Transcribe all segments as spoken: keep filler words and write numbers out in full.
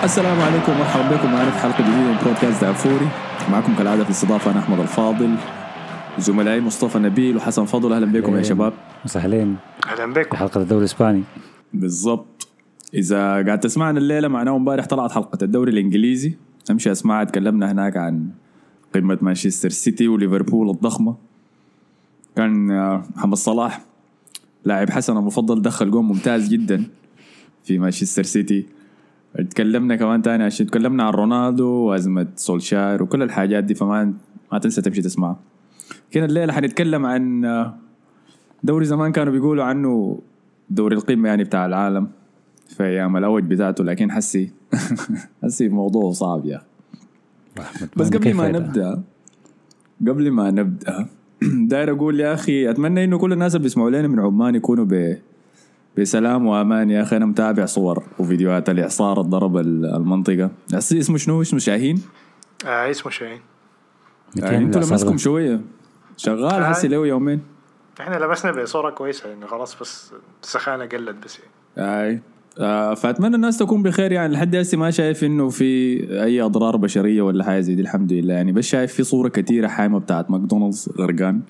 السلام عليكم ومرحبا بكم معنا في حلقة جديدة من بودكاست دافوري. معكم كالعادة في الاستضافة أنا أحمد الفاضل، زملائي مصطفى نبيل وحسن فضل. أهلا بكم يا شباب. مسهلين. أهلا بكم في حلقة الدوري الإسباني. بالضبط. إذا قاعد تسمعنا الليلة معناه امبارح طلعت حلقة الدوري الإنجليزي. أمشي أسمع تكلمنا هناك عن قمة مانشستر سيتي وليفربول الضخمة. كان محمد صلاح لاعب حسن المفضل دخل جون ممتاز جدا في مانشستر سيتي. تكلمنا كمان تاني عشان تكلمنا عن رونالدو وأزمة سولشاير وكل الحاجات دي، فما ما تنسى تمشي تسمع. كنا الليلة حنتكلم عن دوري زمان كانوا بيقولوا عنه دوري القمة يعني بتاع العالم في أيام الأوج بتاعته، لكن حسي حسي موضوع صعب يا بس قبل ما نبدأ قبل ما نبدأ داير أقول يا أخي أتمنى إنه كل الناس اللي بيسمعوا لنا من عمان يكونوا ب بسلام وأمان. يا أخي أنا متابع صور وفيديوهات الإعصار الضرب المنطقة. اسمه شنو؟ اسمه شاهين. آه اسمه شاهين. يعني انتوا لمسكم شوية شغال حسي له يومين. احنا لبسنا بصورة كويسة يعني خلاص، بس السخانة قلت بس يعني. اي آه فأتمنى الناس تكون بخير. يعني لحد هسه ما شايف إنه في أي أضرار بشرية ولا حاجة زي دي الحمد لله. يعني بس شايف في صورة كتيرة حايمة بتاعت ماكدونالدز غرقان.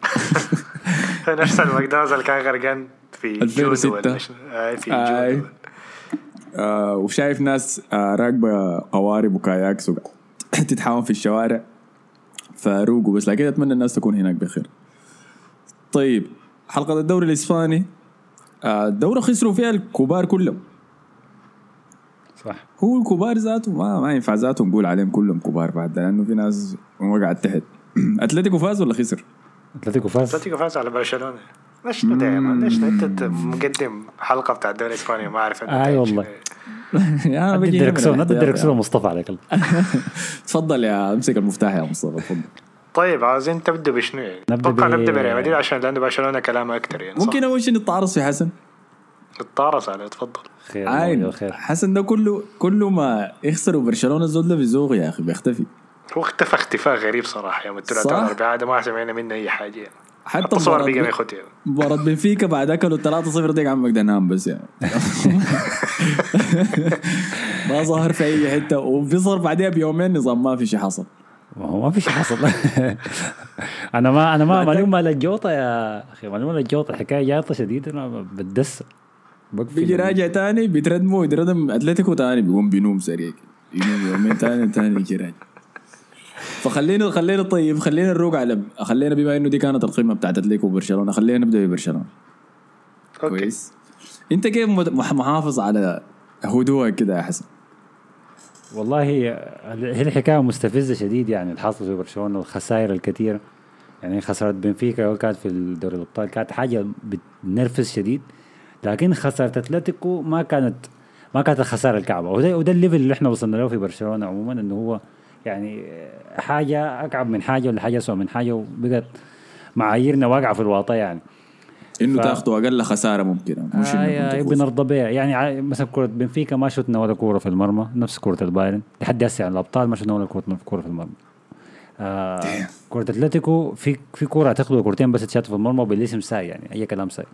نفس الماكدونالدز اللي كان غرقان في ألفين وستة. آه في آه جود. آه وشايف ناس آه راكبة قوارب وكاياكس تتحاوم في الشوارع فاروقوا بس. لكن أتمنى الناس تكون هناك بخير. طيب حلقة الدوري الإسباني. آه الدورة خسروا فيها الكبار كلهم. صح. هو الكبار ذاته ما ما ينفع ذاته نقول عليهم كلهم كبار بعد، لأنه في ناس وقعت تحت. أتلتيكو فاز ولا خسر؟ أتلتيكو فاز. أتلتيكو فاز على برشلونة. ليش دائما ليش أنت مقدم حلقة بتاع الدوري الإسباني ما أعرف أنت. أي والله. يا بدي دركسون بدي دركسون مصطفى عليك. تفضل يا امسك المفتاح يا مصطفى تفضل. طيب عاوزين تبدأ بشنو يعني؟ نبدأ ب... نبدأ بريال مدريد عشان لأنه برشلونة كلامه أكتر يعني. ممكن أول شيء نتعرض في حسن. نتعرض عليه تفضل. خير عين خير. حسن ده كله كله ما يخسروا برشلونة الزول ده بيزوغ يا أخي بيختفي. هو اختفى اختفاء غريب صراحة يوم الثلاثاء والأربعاء ده ما سمعنا منه أي حاجة يعني. حتى صور بيجي ما يخوتي مباراة بنفيكا بعد أكلوا ثلاثة صفر ديك عمك دنام بس يعني ما ظهر في أي حتة. وبيظهر بعدها بيومين نظام ما في شيء حصل. ما هو ما في شيء حصل. أنا ما أنا ما معلوم مال الجوطة يا أخي، معلوم الجوطة الحكاية جاطة شديدة. أنا بدس بيجي راجع تاني بيتردموا يتردم أتلتيكو تاني بيقوم بينوم سريع ينوم يومين تاني تاني يجي راجع. فخلينا خلينا طيب خلينا نروق على خلينا بما انه دي كانت القمه بتاعت اتلتيكو وبرشلونه خلينا نبدا ببرشلونه. كويس. انت كيف محافظ على هدوءك كده يا حسن؟ والله هي الحكايه مستفزه شديد يعني الحاصل في برشلونه والخسائر الكثيره. يعني خسارة بنفيكا كانت في الدوري الابطال كانت حاجه بتنرفز شديد، لكن خساره اتلتيكو ما كانت ما كانت الخساره الكعبه. وده وده الليفل اللي احنا وصلنا له في برشلونه عموما، انه هو يعني حاجة أكعب من حاجة ولا حاجة أسوأ من حاجة، وبقت معاييرنا واقعة في الواطة يعني إنه ف... تأخذوا أقل خسارة ممكنة مش آه إنه بنرضى بها. يعني مثلا كرة بنفيكا ما شفنا ولا كورة في المرمى نفس كرة البايرن لحد هسه يعني الأبطال ما شفنا ولا كورة في المرمى. آه كرة أتلتيكو في في كورة تاخذوا كورتين بس تشاتوا في المرمى بالاسم ساي يعني أي كلام ساي.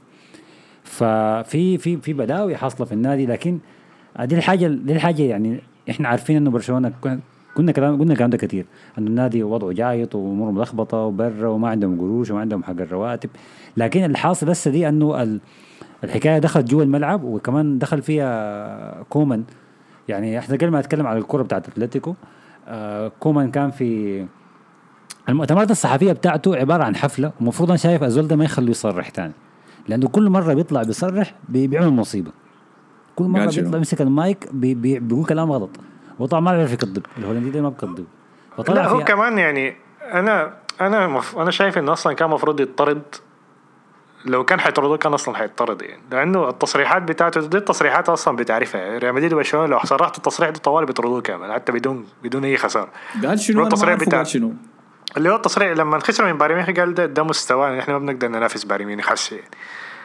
ففي في في بداوي حاصلة في النادي، لكن دي الحاجة دي الحاجة يعني إحنا عارفين إنه برشلونة كنا كلام قلنا الكلام ده كتير، انه النادي وضعه جايط واموره ملخبطه وبره وما عندهم قروش وما عندهم حق الرواتب. لكن الحاصل بس دي انه الحكايه دخلت جوا الملعب وكمان دخل فيها كومان. يعني احنا قبل ما نتكلم على الكره بتاعت اتلتيكو، آه كومان كان في المؤتمرات الصحفيه بتاعته عباره عن حفله، ومفروض انا شايف ازول ده ما يخليه يصرح تاني، لانه كل مره بيطلع بيصرح بيعمل مصيبه. كل مره بيطلع يمسك المايك بي بي بيقول كلام غلط، وطبعا ما بيعرف يكذب. الهولندي ده ما بيكذب. لا هو كمان يعني انا انا مف... انا شايف انه اصلا كان مفروض يطرد. لو كان حيطرده كان اصلا حيطرد يعني، لانه التصريحات بتاعته دي التصريحات اصلا بتعرفها يعني. ريال مدريد وبرشلونه لو صرحت التصريح ده طوال بيطردوه كامل حتى بدون بدون اي خساره. قال شنو التصريح بتاع شنو اللي هو التصريح لما خسروا من بايرن ميونخ قال ده, ده مستوى احنا ما بنقدر ننافس بايرن ميونخ حسي يعني.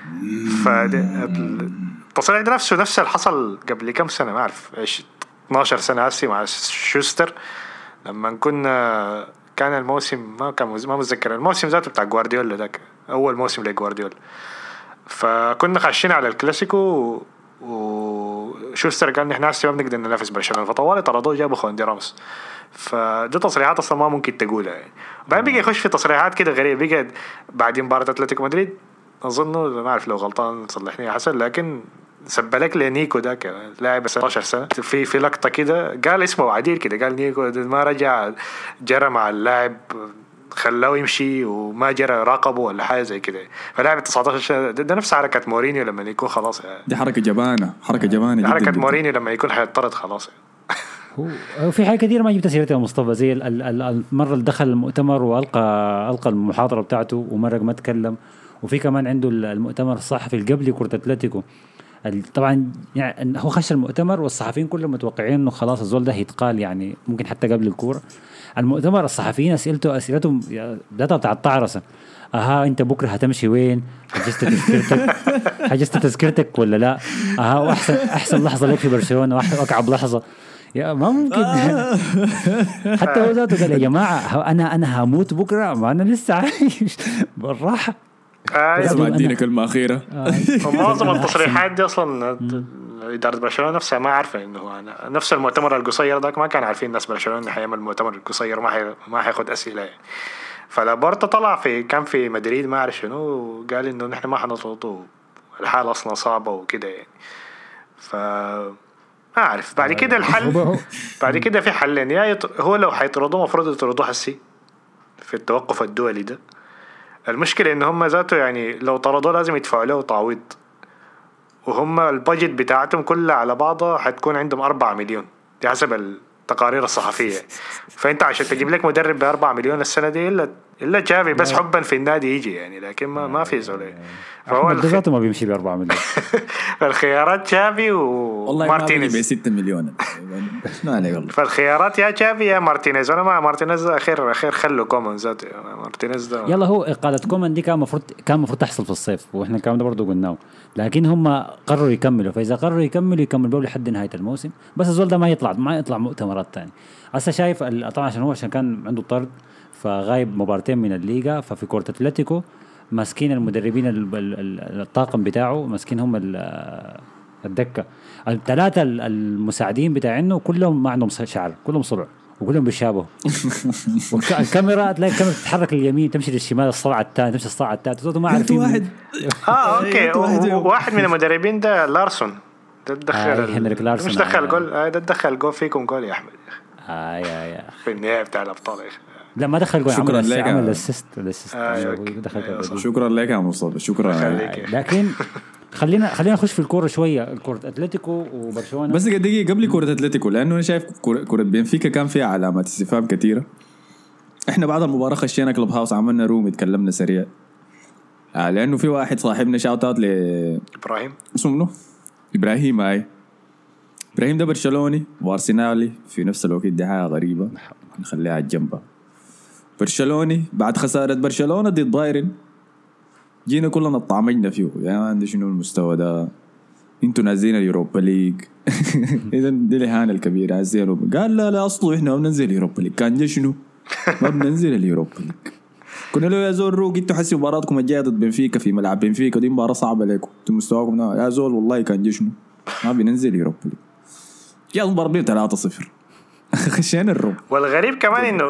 فالتصريح ده نفسه نفس اللي حصل قبل كم سنه ما اعرف ايش اثناشر سنه هسي مع شوستر لما كنا كان الموسم ما كان ما متذكر الموسم ذاته بتاع جوارديولا ذاك اول موسم لجوارديولا. فكنا خاشين على الكلاسيكو و شوستر قال نحن هسه ما بنقدر ننافس برشلونه فطوالي طردوه جابوا خوندي راموس. فدي تصريحات اصلا ما ممكن تقولها يعني. بعدين بقى يخش في تصريحات كده غريبه بقى بعد مباراه اتلتيكو مدريد اظن ما اعرف لو غلطان صلحني يا حسن لكن سبلك لنيكو ذاك لاعب ستة عشر سنه في في لقطه كده قال اسمه عديل كده قال نيكو ما رجع جرى مع اللاعب خلاه يمشي وما جرى راقبه ولا حاجه زي كده. فلاعب تسعة عشر سنه ده نفس حركه مورينيو لما يكون خلاص يعني. دي حركه جبانه حركه جبانه حركه مورينيو لما يكون حيطرد خلاص يعني. هو في حاجه كثير ما جبت سيرتها مصطفى زي المره اللي دخل المؤتمر والقى القى المحاضره بتاعته ومرق ما تكلم. وفي كمان عنده المؤتمر الصحفي اللي قبل كره اتلتيكو طبعا يعني هو خش المؤتمر والصحفيين كلهم متوقعين انه خلاص الزول ده هيتقال يعني ممكن حتى قبل الكوره. المؤتمر الصحفيين اسئلته اسئلتهم بدأت بتاع الطعرسه. اها انت بكره هتمشي وين؟ حجزت تذكرتك حجزت تذكرتك ولا لا؟ اها واحسن احسن لحظه لك في برشلونه واكعب لحظه يا ما ممكن. حتى هو ذاته قال يا جماعه انا انا هموت بكره ما انا لسه عايش بالراحه. اسمع ادينا كلمه اخيره. ومعظم التصريحات دي اصلا إدارة برشلونة نفسها ما عارفة إنه أنا نفس المؤتمر القصير ذاك ما كان عارفين الناس برشلونة حيعمل المؤتمر القصير ما حي ما حياخد أسئلة يعني. فلابورتا طلع في كان في مدريد ما أعرف شنو وقال إنه نحن ما حنطلطه الحالة أصلا صعبة وكده يعني. ف ما أعرف بعد كده الحل بعد كده في حلين يا يط... هو لو حيطردوه مفروض يطردوه حسي في التوقف الدولي ده. المشكلة إن هم ذاته يعني لو طردوه لازم يدفعوا له تعويض وهم البادجت بتاعتهم كلها على بعضها حتكون عندهم أربعة مليون دي حسب التقارير الصحفية. فأنت عشان تجيب لك مدرب بأربعة مليون السنة دي إلا إلا جافي بس حبا في النادي يجي يعني لكن ما ما في زول. فهو الخ... ما بيمشي بأربعة مليون. الخيارات جافي ومارتينيز بستة مليون ما عليه والله. فالخيارات يا جافي يا مارتينيز أنا ما مارتينيز أخير أخير خلوا كومان ذاته مارتينيز ده. يلا هو إقالة كومان دي كان مفروض كان مفروض تحصل في الصيف وإحنا الكلام ده برضو قلناه لكن هم قرروا يكملوا. فإذا قرروا يكملوا يكملوا لحد نهاية الموسم بس الزول ده ما يطلع ما يطلع مؤتمرات تاني. هسه شايف طبعا عشان هو عشان كان عنده طرد فغايب مبارتين من الليغا. ففي كرة اتلتيكو ماسكين المدربين الطاقم بتاعه ماسكين هم الدكة الثلاثة المساعدين بتاعينه كلهم ما عندهم شعر كلهم صلع وكلهم بيشابهوا. والكاميرا تلاقي الكاميرا تتحرك لليمين تمشي للشمال الصلعة الثانية تمشي الصلعة الثالثة صوته ما عارفين. واحد اه اوكي واحد من المدربين ده لارسون ده دخل هنريك لارسون مش دخل جول ده دخل جول فيكم جول يا احمد. اه يا يا في النهاية بتاع الابطال يا اخي. لا ما دخل جول شكرا لك عمل اسيست الاسيست شكرا لك يا مصطفى شكرا. لكن خلينا خلينا نخش في الكوره شويه الكوره اتلتيكو وبرشلونه بس دقيقه قبل كوره اتلتيكو لانه انا شايف كوره بنفيكا كان فيها علامات استفهام كثيره. احنا بعد المباراه خشينا كلوب هاوس عملنا روم اتكلمنا سريع آه لانه في واحد صاحبنا شاوت اوت ل ابراهيم اسمه منو ابراهيم هاي ابراهيم ده برشلوني وارسنالي في نفس الوقت. دي حاجه غريبه نخليها على الجنب. برشلوني بعد خساره برشلونه ضد بايرن جينا كلنا طعمجنا فيه يا عندي شنو المستوى ده انتوا نازلين اليوروبا ليج. اذا دي الاهانه الكبيره عايزينه. قال لا لا اصله احنا ما بننزل اليوروبا ليج كان شنو ما بننزل اليوروبا ليج. كنا له يا زول روق انتوا حسوا مباراتكم الجايه ضد بنفيكا في ملعب بنفيكا دي مباراه صعبه لكم انتوا مستواكم يا زول والله كان شنو ما بننزل اليوروبا ليج. يا مباراه ثلاثة صفر خشينا الروم. والغريب كمان انه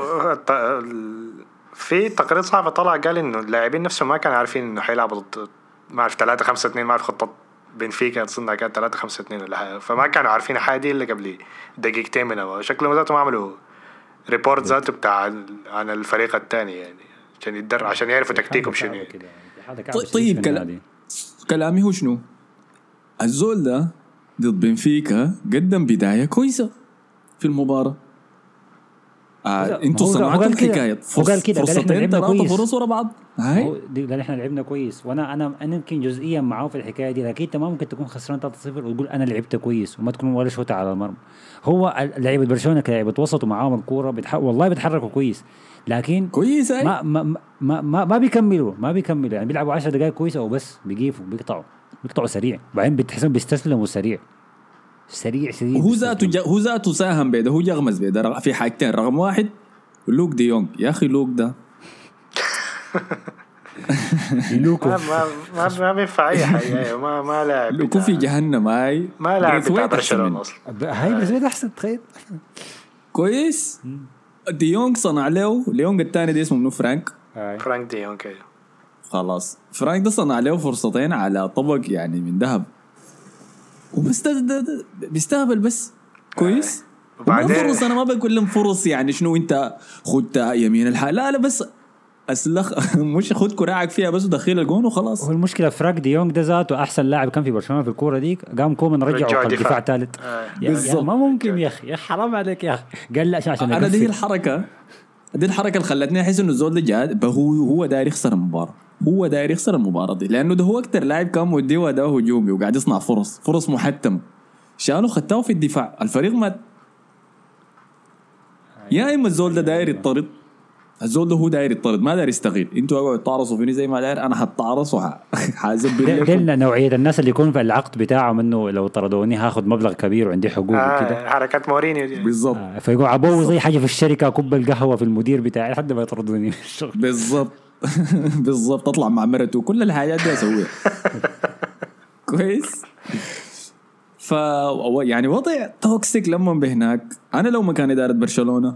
في تقرير صحفي طلع قال انه اللاعبين نفسهم ما كانوا عارفين انه حيلعبوا ضد ما اعرف ثلاثة خمسة اثنين ما اعرف خطه بنفيكا تصنع كانت ثلاثة خمسة اثنين ولا حاجه. فما كانوا عارفين حاجه دي الا قبل دقيقتين من شكلهم ذاتهم عملوا ريبورت ذاته بتاع عن الفريق الثاني يعني عشان يدر عشان يعرفوا تكتيكهم شنو. طيب كلام كلامي هو شنو الزول ده ضد بنفيكا قدم بدايه كويسه في المباراه. آه انتوا صنعتوا الحكايه فرصتين ثلاثه فرص ورا بعض هاي قال احنا لعبنا كويس. وانا انا انا يمكن جزئيا معاه في الحكايه دي لكن انت ما ممكن تكون خسران ثلاثة صفر وتقول انا لعبت كويس وما تكون ولا شوطه على المرمى. هو لعيبه برشلونه كلاعيبه وسط ومعاهم الكوره بتح... والله بيتحركوا كويس لكن كويس ما ما ما ما, ما بيكملوا ما بيكملوا يعني بيلعبوا عشر دقائق كويسه او بس بيجيفوا بيقطعوا بيقطعوا سريع بعدين بتحسن بيستسلموا سريع سريع سريع. هو ذاته ج... هو ذاته ساهم بيده هو يغمز بيده في حاجتين. رقم واحد لوك دي يونغ يا اخي لوك ده لوكو ما ما ما, ما بينفع اي حاجه. ما ما لاعب لوكو في جهنم هاي ما لاعب بتاع بريثويت أحسن برشلونه منه. اصلا. هاي بريثويت احسن تخيل. كويس. ديونج صنع له ليونج الثاني دي اسمه منو فرانك. فرانك دي يونغ. خلاص فرانك ده صنع له فرصتين على طبق يعني من ذهب وبس ده, ده, ده بيستهبل بس. كويس. وبعدين فرص انا ما بقول لهم فرص يعني شنو انت خدت يمين الحال لا لا بس اسلخ مش خد كراعك فيها بس ودخل الجون وخلاص. هو المشكله فرانك دي يونغ ده ذاته احسن لاعب كان في برشلونه في الكوره ديك قام كومان رجعه دفاع ثالث. بالضبط ما ممكن يا اخي يا حرام عليك يا اخي. قال لا عشان انا دي الحركه دي الحركه اللي خلتني احس انه الزول ده جاد هو هو داير يخسر المباراه. هو داير يخسر المباراه دي لانه ده هو اكتر لاعب كان موديه اداء هجومي وقاعد يصنع فرص فرص محتمه. شالوا خدته في الدفاع الفريق مات. يا اما الزول ده داير يطرد. الزول ده هو داير يطرد ما داير يستغل. انتوا اقعدوا تعرصوا فيني زي ما داير انا حتعرص وحازب لكم. نوعيه الناس اللي يكون في العقد بتاعهم انه لو طردوني هاخذ مبلغ كبير وعندي حقوق آه وكده. حركات مورينيو دي بالضبط. آه فيقول عبوه زي حاجه في الشركه كوب القهوه في المدير بتاعي لحد ما يطردوني من الشغل. بالضبط بالضبط اطلع مع مرته وكل الحاجات دي اسويها. كويس. ف يعني وضع توكسيك لما بهناك. انا لو مكان اداره برشلونه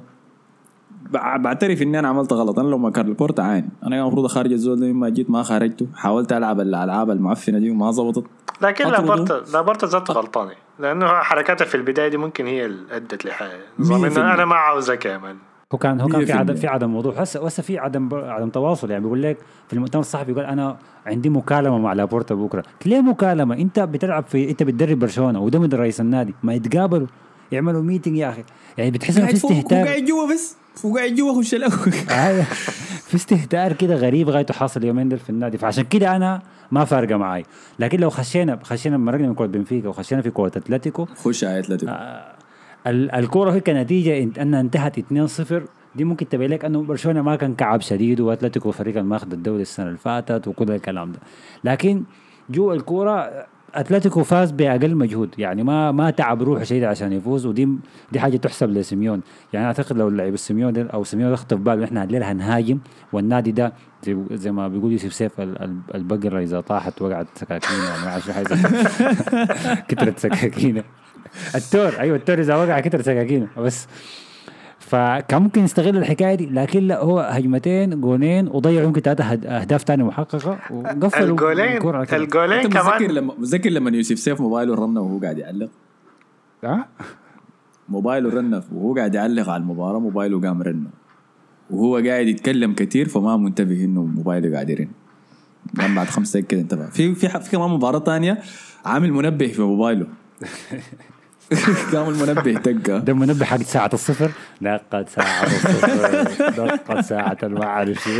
بعترف اني انا عملت غلط. انا لو مكان البورتا عين انا المفروض اخرج الزول ده ما جيت ما خرجته. حاولت العب الالعاب المعفنه دي وما زبطت. لكن لابورتا لابورتا ذات غلطانه لانه حركاته في البدايه دي ممكن هي اللي ادت لحاجه نظام انه انا ما عاوزك يا مان. هو كان هو كان في عدم في عدم موضوع هسه هسه في عدم عدم تواصل. يعني بيقول لك في المؤتمر الصحفي بيقول انا عندي مكالمه مع لابورتا بكره. ليه مكالمه؟ انت بتلعب في انت بتدرب برشلونه وده من رئيس النادي ما يتقابلوا يعملوا ميتنج يا اخي. يعني بتحس انه في استهتار. هو قاعد جوا بس هو قاعد جوا خش له. في استهتار كده غريب غايته حاصل اليومين دول في النادي. فعشان كده انا ما فارقه معي. لكن لو خشينا خشينا مرقنا من كره بنفيكا وخشينا في كره اتلتيكو خش على اتلتيكو آه الكره هي كنتيجه انها انتهت اثنين صفر دي ممكن تبين لك انه برشلونه ما كان كعب شديد واتلتيكو فريق ما اخذ الدوري السنه اللي فاتت وكل الكلام ده. لكن جوا الكوره اتلتيكو فاز باقل مجهود. يعني ما ما تعب روحه شديد عشان يفوز ودي دي حاجه تحسب لسيميون. يعني اعتقد لو اللعيب السيميون او سيميون اخذ في باله احنا الليله هنهاجم والنادي ده زي, زي ما بيقول يوسف سيف البقره اذا طاحت وقعت سكاكين. يعني ما عارف حاجه كترت سكاكينه. التور ايوه التور اذا وقع كترت سكاكينه بس. فكان ممكن يستغل الحكايه دي. لكن لا هو هجمتين جونين وضيعوا يمكن ثلاثه اهداف ثانيه محققه وقفلوا الجولين الجولين كمان. متذكر لما متذكر لما يوسف سيف موبايله رنه وهو قاعد يعلق. اه موبايله رنه وهو قاعد يعلق على المباراه. موبايله قام رنه وهو قاعد يتكلم كتير فما منتبه انه موبايله قاعد يرن. بعد خمسة دقائق كده انتبه. في في في كمان مباراه ثانيه عامل منبه في موبايله. قام المنبه دقة. ده منبه حق ساعة الصفر. دقت ساعة الصفر دقت ساعة ما عارف شو.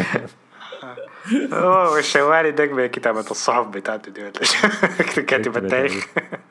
اوه الشواري دق بكتابة الصحف بتاعته دي كاتب التاريخ.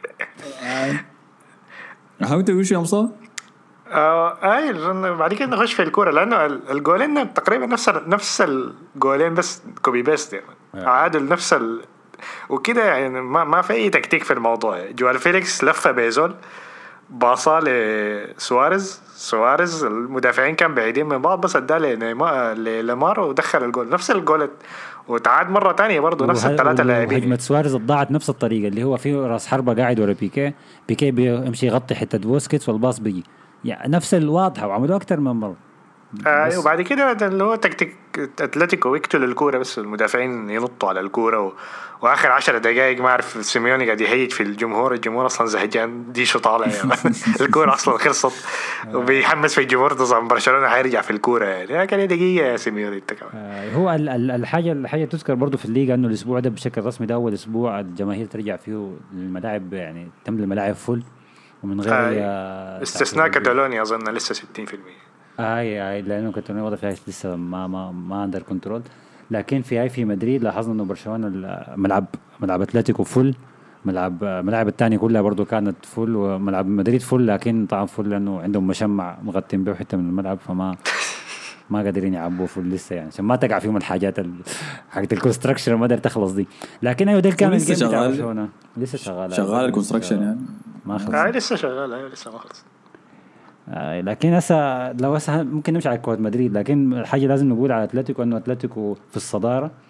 حاولت تقول شو يا مصطفى؟ اه اي بعد كده نخش في الكورة لانه الجولين تقريبا نفس نفس الجولين بس كوبي بيست يعني عادل نفس ال وكده. يعني ما ما في اي تكتيك في الموضوع. جوال فيليكس لفه بيزول باصه لسواريز. سواريز المدافعين كان بعيدين من بعض بس ادى لنيمار ودخل الجول نفس الجول وتعاد مره تانية برضه نفس الثلاثه لاعبين. هجمه سواريز ضاعت نفس الطريقه اللي هو فيه راس حربه قاعد ورا بيكي. بيكي بيمشي يغطي حته بوسكيتس والباص بيجي يعني نفس الواضحه وعملوا اكثر من مره. آه وبعد كده اللي هو تكتيك اتلتيكو يقتل الكوره بس المدافعين ينطوا على الكوره و... واخر عشر دقائق ما اعرف سيميوني قاعد يهيج في الجمهور. الجمهور اصلا زهجان دي شو طالع يعني. الكوره اصلا خلصت وبيحمس في الجمهور تصم برشلونه حيرجع في المباراه يعني. كان دقيقه يا سيميوني انت كمان. آه هو ال... ال... الحاجه الحاجه تذكر برضو في الليغا انه الاسبوع ده بشكل رسمي ده اول اسبوع الجماهير ترجع فيه للملاعب. يعني تملى الملاعب فل ومن غير آه استثناء كاتالونيا اظن لسه ستين بالمية. هاي هاي لانه كاتالونيا وضع فيها لسه ما ما ما عندها كنترول. لكن في هاي في مدريد لاحظنا انه برشلونه الملعب ملعب اتلتيكو فل. ملعب ملعب الثاني كلها برضو كانت فل وملعب مدريد فل. لكن طبعا فل لانه عندهم مشمع مغطين به حته من الملعب فما ما قادرين يعبوا فل لسه يعني عشان ما تقع فيهم الحاجات حقت الكونستراكشن ما قدر تخلص دي. لكن ايوه ده كان لسه شغال لسه شغال شغال الكونستراكشن يعني ما خلص. آه لسه شغال ايوه لسه ما خلص. آه لكن هسه لو هسه ممكن نمشي على كرة مدريد. لكن الحاجة لازم نقول على أتلتيكو أنه أتلتيكو في الصدارة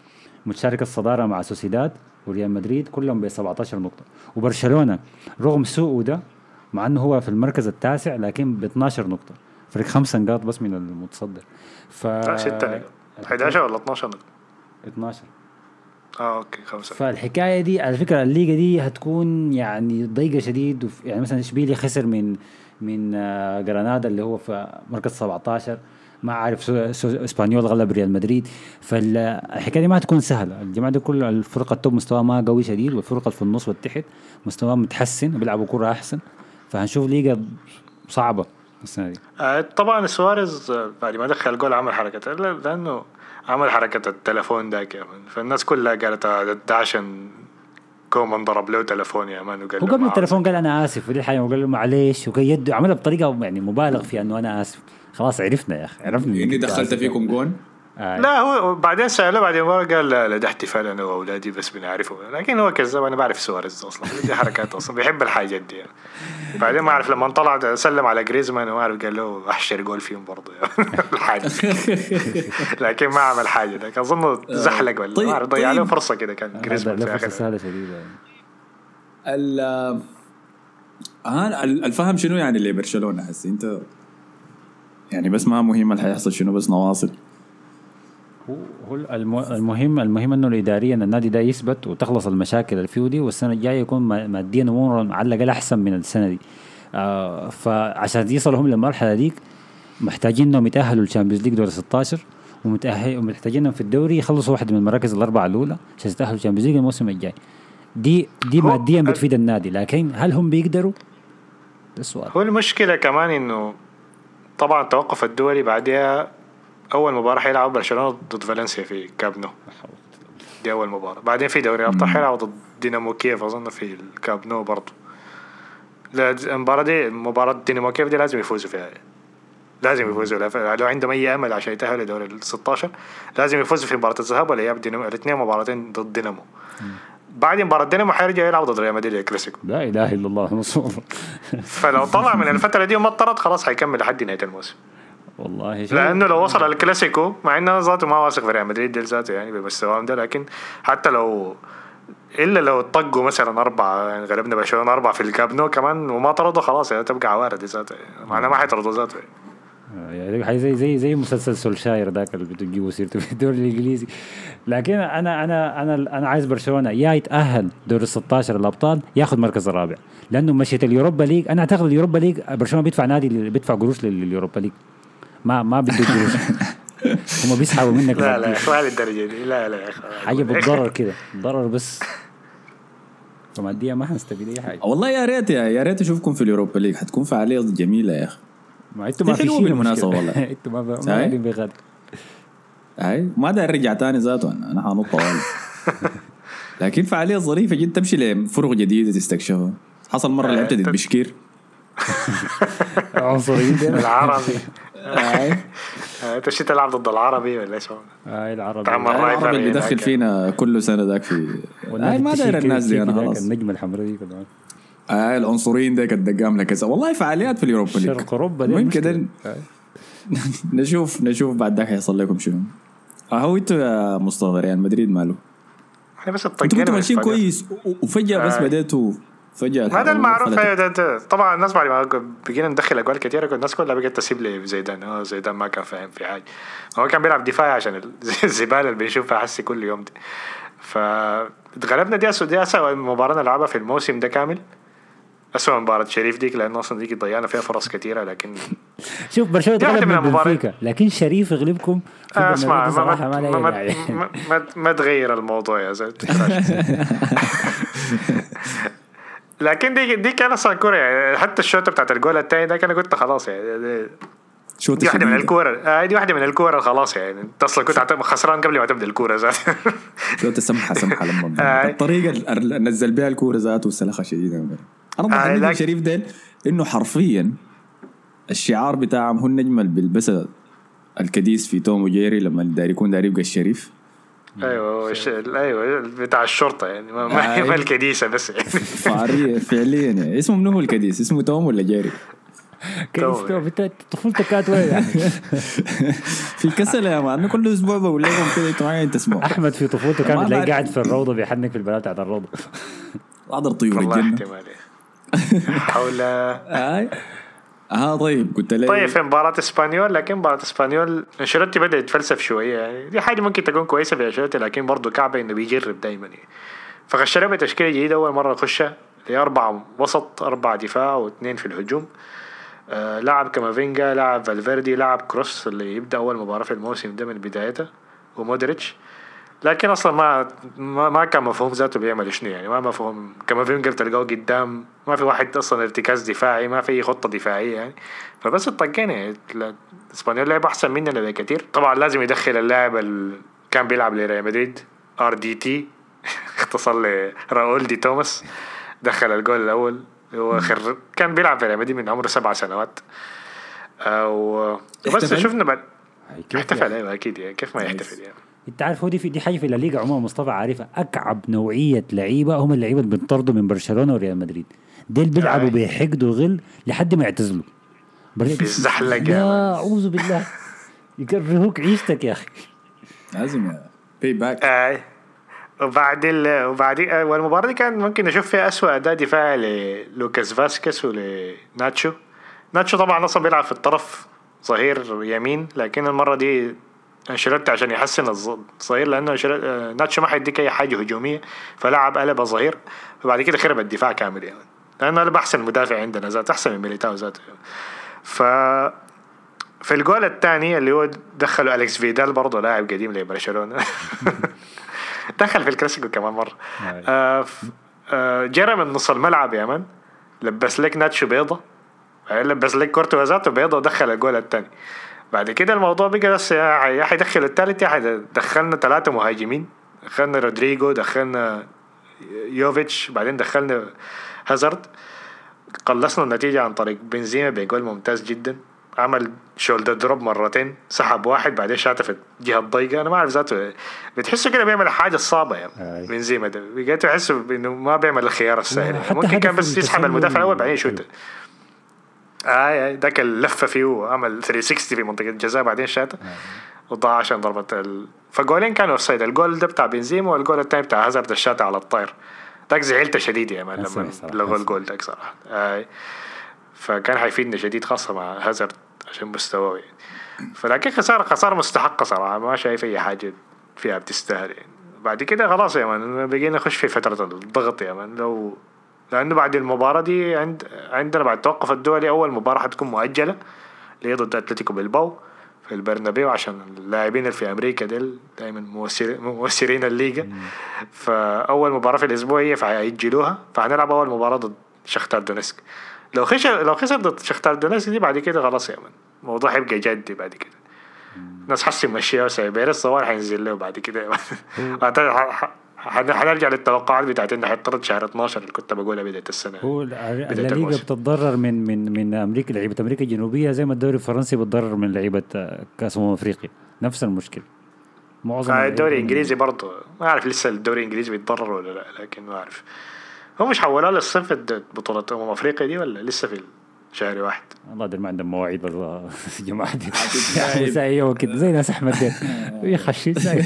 متشارك الصداره مع سوسيداد وريال مدريد كلهم ب سبعة عشر نقطه. وبرشلونه رغم سوءه ده مع انه هو في المركز التاسع لكن ب اثنا عشر نقطه، فرق خمسة نقاط بس من المتصدر. ف لا ستة نقاط، احد عشر ولا اثنا عشر نقطة؟ اثنا عشر. اه اوكي خمسة. فالحكايه دي على فكره الليغا دي هتكون يعني ضيقه شديد. وف... يعني مثلا اشبيليا خسر من من آه جرانادا اللي هو في مركز سبعة عشر، ما عارف سو... سو... اسبانيول غلب ريال مدريد. فالحكايه دي ما هتكون سهله. الجماعه دي كل الفرق التوب مستوى ما قوي شديد، والفرق اللي في النص والتحت مستوى متحسن وبيلعبوا كره احسن. فهنشوف ليغا صعبه السنه دي. آه طبعا سواريز بعد ما دخل جول عمل حركه لانه عمل حركه التلفون داك يا مان، فالناس كلها قالت ده عشان كومان ضرب له تلفون يا مان. وقال هو قبل التلفون قال انا اسف ودي الحاجه، وقال له معليش، وكان يده عملها بطريقه يعني مبالغ فيها انه انا اسف. خلاص عرفنا يا اخي، عرفنا اني دخلت فيكم جون. آه. لا هو بعدين سأله بعدين مرة قال لا, لا ده احتفال انا واولادي بس بنعرفه، لكن هو كذاب. انا بعرف سواريز اصلا دي حركات اصلا بيحب الحاجات دي يعني. بعدين ما اعرف لما طلع سلم على جريزمان وما اعرف قال له احشر جول فيهم برضه الحاجه لكن ما عمل حاجه ده اظن زحلق ولا طيب ما اعرف ضيع طيب. له فرصه كده كان جريزمان في اخر سهله شديده يعني. ال ها الفهم شنو يعني اللي برشلونه هسه انت يعني بس ما مهم اللي حيحصل شنو بس نواصل. هو المهم المهم انه الاداريا النادي ده يثبت وتخلص المشاكل اللي فيه دي، والسنه الجايه يكون ماديا اموره على الاقل احسن من السنه دي. آه فعشان يصلوا هم للمرحله ديك محتاجين انهم يتاهلوا للشامبيونز ليج دور ستة عشر، ومتاهل ومحتاجينهم في الدوري يخلصوا واحد من المراكز الاربعه الاولى عشان يتاهلوا للشامبيونز ليج الموسم الجاي. دي دي ماديا بتفيد النادي، لكن هل هم بيقدروا؟ ده السؤال. هو المشكله كمان انه طبعا التوقف الدولي بعدها اول مباراه حيلعب برشلونه ضد فالنسيا في كاب نو، دي اول مباراه. بعدين في دوري الابطال حيلعب ضد دينامو كييف اظن في الكاب نو برضه. المباراه دي مباراه دينامو كييف دي لازم يفوزوا فيها، لازم يفوزوا لو عندهم اي امل عشان يتاهلوا لدوري ال ستة عشر. لازم يفوزوا في مباراه الذهاب والاياب دينامو، الاثنين مباراتين ضد دينامو. بعد مباراة دينامو حيرجع يلعب ضد ريال مدريد الكلاسيكو. لا اله الا الله نصور. فلو طلع من الفتره دي وما اضطرت خلاص حيكمل لحد نهايه الموسم والله. لانه لو وصل الكلاسيكو مع انه ذاته ما واثق في ريال مدريد دي ذاته يعني بمستواهم ده، لكن حتى لو الا لو طقوا مثلا اربعه يعني غلبنا برشلونه اربعه في الكاب نو كمان وما طردوا خلاص يعني تبقى عوارض ذاته، معناه ما حيطردوا ذاته يعني زي زي زي مسلسل سولشاير ذاك اللي بتجيبوا سيرته في الدوري الانجليزي. لكن انا انا انا انا عايز برشلونه يا يتاهل دور ال ستة عشر الابطال ياخذ مركز الرابع، لانه مشيت اليوروبا ليج. انا اعتقد اليوروبا ليج برشلونه بيدفع نادي بيدفع قروش لليوروبا ليج، ما ما بده قروش. هم بيسحبوا منك. لا لا ما للدرجه دي، لا لا حاجه بالضرر كده ضرر بس، فماديا ما حنستفيد اي حاجه. والله يا ريت يا ريت اشوفكم في اليوروبا ليج، حتكون فعاليه جميله يا اخي. ما انتوا ما في شيء بالمناسبه والله انتوا ما ما قاعدين بغد. اي ما داير ارجع تاني ذاته انا انا حنط طوال. لكن فعاليه ظريفه جدا تمشي لفرق جديده تستكشفها. حصل مره لعبت ضد بشكير عنصريين العربي. اي تمشي تلعب ضد العربي ولا ايش هو؟ اي العربي العربي اللي بيدخل فينا كل سنه ذاك في اي ما داير الناس دي انا خلاص. النجمه الحمراء دي كمان آه العنصريين ده الدقام لك كذا. والله فعاليات في اليوروبا ليج شرق اوروبا من كده. نشوف نشوف بعد ذاك هيحصل لكم شنو. هو انتوا يا مصطفى ريال مدريد ماله؟ احنا بس انتوا كنتوا ماشيين كويس وفجاه بس بديتوا فجاه. هذا المعروف. طبعا الناس بعد ما بقينا ندخل اجوال كثيره الناس كلها بقت تسيب لي زيدان. اه زيدان ما كان فاهم في حاجه، هو كان بيلعب دفاع عشان الزباله اللي بنشوفها حسي كل يوم دي. فغلبنا دي دي اسوء مباراه نلعبها في الموسم ده كامل، أسوأ مباراة شريف ديك لأنه أصلا ديك ضيعنا فيها فرص كثيرة. لكن شوف برشلونة غلب من بنفيكا لكن شريف يغلبكم. اسمع ما ما, ما, ما, ما, ما, ما تغير الموضوع يا زلمة. لكن دي دي كان أصلا كورة يعني. حتى الشوطة بتاعت الجول الثاني ده كان قلت خلاص يعني دي واحدة من الكورة. آه دي واحدة من الكورة خلاص يعني. أنت أصلا كنت خسران قبل ما تبدأ الكورة ذات. شوطة سمحة سمحة لما الطريقة اللي نزل بها الكورة ذات والسلخة شديدة. أنا ضحك آه شريف ديل إنه حرفيا الشعار بتاعهم هو النجمة اللي بيلبسها الكديس في توم وجيري لما داير يكون داير يبقى الشريف. ايوه ايوه بتاع الشرطه يعني ما ما أيوة. الكديسه بس يعني فعليا فعليا يعني اسمه منو هو الكديس؟ اسمه توم ولا جيري؟ كريستو بتاع طفولتك كانت وين يعني؟ في كسل يا مان كل اسبوع بقول لكم كده انتوا معايا تسمعوا. احمد في طفولته كان ما بتلاقيه بعرف. قاعد في الروضه بيحنك في البنات بتاعت الروضه. حاضر طيور والله الجنة. احتمال حول. آه. اه طيب قلت لي طيب في مباراة اسبانيول، لكن مباراة اسبانيول انشيلوتي بدأ يتفلسف شوية يعني، دي حاجة ممكن تكون كويسة في انشيلوتي، لكن برضه كعبة انه بيجرب دايما يعني. فخشنا بتشكيلة جديدة أول مرة يخشها، اللي أربعة وسط أربعة دفاع واثنين في الهجوم. آه لعب كامافينجا، لعب فالفيردي، لعب كروس اللي يبدأ أول مباراة في الموسم ده من بدايته، ومودريتش. لكن اصلا ما ما, ما كان مفهوم ذاته بيعمل شنو يعني، ما مفهوم. كامافينجا تلقاه قدام، ما في واحد اصلا ارتكاز دفاعي، ما في اي خطه دفاعيه يعني. فبس الطقين يعني الاسبانيول لعب احسن مننا بكثير. طبعا لازم يدخل اللاعب اللي كان بيلعب لريال مدريد ار دي تي اختصر لراؤول دي توماس، دخل الجول الاول. هو خر... كان بيلعب في ريال مدريد من عمره سبع سنوات. او بس شفنا بعد احتفل. ايوه اكيد يعني، كيف ما يحتفل يعني. انت عارف هو دي في دي حاجه في الليغا عموما مصطفى عارفها، اكعب نوعيه لعيبه هم اللعيبه اللي بينطردوا من برشلونه وريال مدريد، دول بيلعبوا بيحقدوا الغل لحد ما يعتزلوا بالزحلقه. لا اعوذ بالله، يكرهوك عيشتك يا اخي. لازم يا باي باك. اي وبعد ال... وبعد والمباراه دي كان ممكن نشوف فيها اسوأ اداء دفاعي للوكاس فاسكيز ولناتشو. ناتشو طبعا اصلا بيلعب في الطرف ظهير يمين، لكن المره دي انشيلوتي عشان يحسن الظهير، لانه ناتشو ما حيديك اي حاجه هجوميه، فلعب قلب ظهير. فبعد كده خرب الدفاع كامل يعني، لانه قلب احسن مدافع عندنا ذات، احسن من ميليتاو ذاته يعني. ف في الجول الثاني اللي هو دخلوا أليكس فيدال، برضه لاعب قديم لبرشلونه دخل في الكلاسيكو كمان مره. آه آه جرى من نص الملعب يا من، لبس لك ناتشو بيضه، لبس لك كورتوا ذاته بيضه، ودخل الجول الثاني. بعد كده الموضوع بقى بس يا حيدخل الثالث يا حيدخلنا ثلاثة مهاجمين، دخلنا رودريجو، دخلنا يوفيتش، بعدين دخلنا هازارد. قلصنا النتيجة عن طريق بنزيما بجول ممتاز جدا، عمل شولدر دروب مرتين، سحب واحد بعدين شاته في الجهة الضيقة. أنا ما أعرف ذاته بتحسه كده بيعمل حاجة صعبة يعني. بنزيما ده بقيت أحسه إنه ما بيعمل الخيار السهل يعني. ممكن كان بس يسحب المدافع الأول بعدين يشوته. آه ذاك اللفة فيه وعمل ثلاثمية وستين في منطقة الجزاء بعدين شاته وضاع عشان ضربة ال... فجولين كانوا اوفسايد، الجول ده بتاع بنزيما والجول الثاني بتاع هازارد الشاته على الطاير. ذاك زعلت شديد يا مان لما لغوا الجول ذاك صراحة. آه فكان حيفيدنا شديد خاصة مع هازارد عشان مستواه يعني. فلكن خسارة خسارة مستحقة صراحة، ما شايف أي حاجة فيها بتستاهل يعني. بعد كده خلاص يا مان بقينا نخش في فترة الضغط يا مان، لو لأنه بعد المباراة دي عند عندنا بعد توقف الدولي أول مباراة حتكون مؤجلة اللي هي ضد أتلتيكو بالباو في البرنابيو، عشان اللاعبين اللي في أمريكا ديل دائما موسرين موسرين الليجا. فأول مباراة في الأسبوع هي فهيأجلوها، فهنلعب أول مباراة ضد شختار دونيسك. لو خسر لو خسر ضد شختار دونيسك دي بعد كده خلاص يا من الموضوع هيبقى جدي. بعد كده ناس حسي مشيها وسايبير الصوار حينزل له بعد كده حنرجع للتوقعات بتاعت انه حيطرد شهر اثناشر اللي كنت بقولها بداية السنة. هو الليغا بتتضرر من من من امريكا، لعيبه امريكا الجنوبيه زي ما الدوري الفرنسي بتضرر من لعيبه كاس امم افريقيا، نفس المشكله. معظم الدوري الانجليزي برضه ما اعرف لسه الدوري الانجليزي بيتضرر ولا لا، لكن ما اعرف هو مش حولها للصيف بطولة امم افريقيا دي ولا لسه في شهر واحد. الله ده ما عندهم مواعيد برضه جماعه دي زي وكده زي ناس احمد ده يخشي زي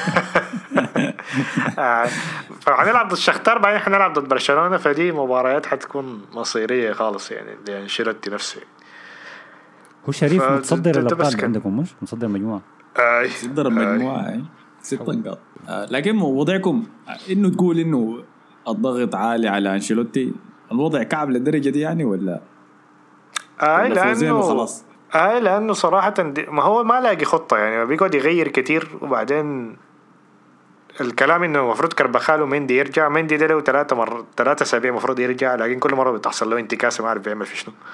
فهنلعب ضد شختار بعدين حنلعب ضد برشلونة، فدي مباريات حتكون مصيرية خالص يعني لأنشيلوتي نفسه. هو شريف متصدر الأبطال عندكم مش متصدر المجموعة؟ آه متصدر المجموعة آه. ست نقاط. آه لكن وضعكم إنه تقول إنه الضغط عالي على أنشيلوتي، الوضع كعب للدرجة دي يعني ولا؟ آه لأنه خلاص. آه لأنه صراحة ما هو ما لاقي خطة يعني، بيقعد يغير كتير. وبعدين الكلام انه المفروض كربخال ومندي يرجع، مندي ده له ثلاثة مر ثلاثة اسابيع المفروض يرجع، لكن كل مره بتحصل له انتكاسه ما عارف بيعمل في شنو.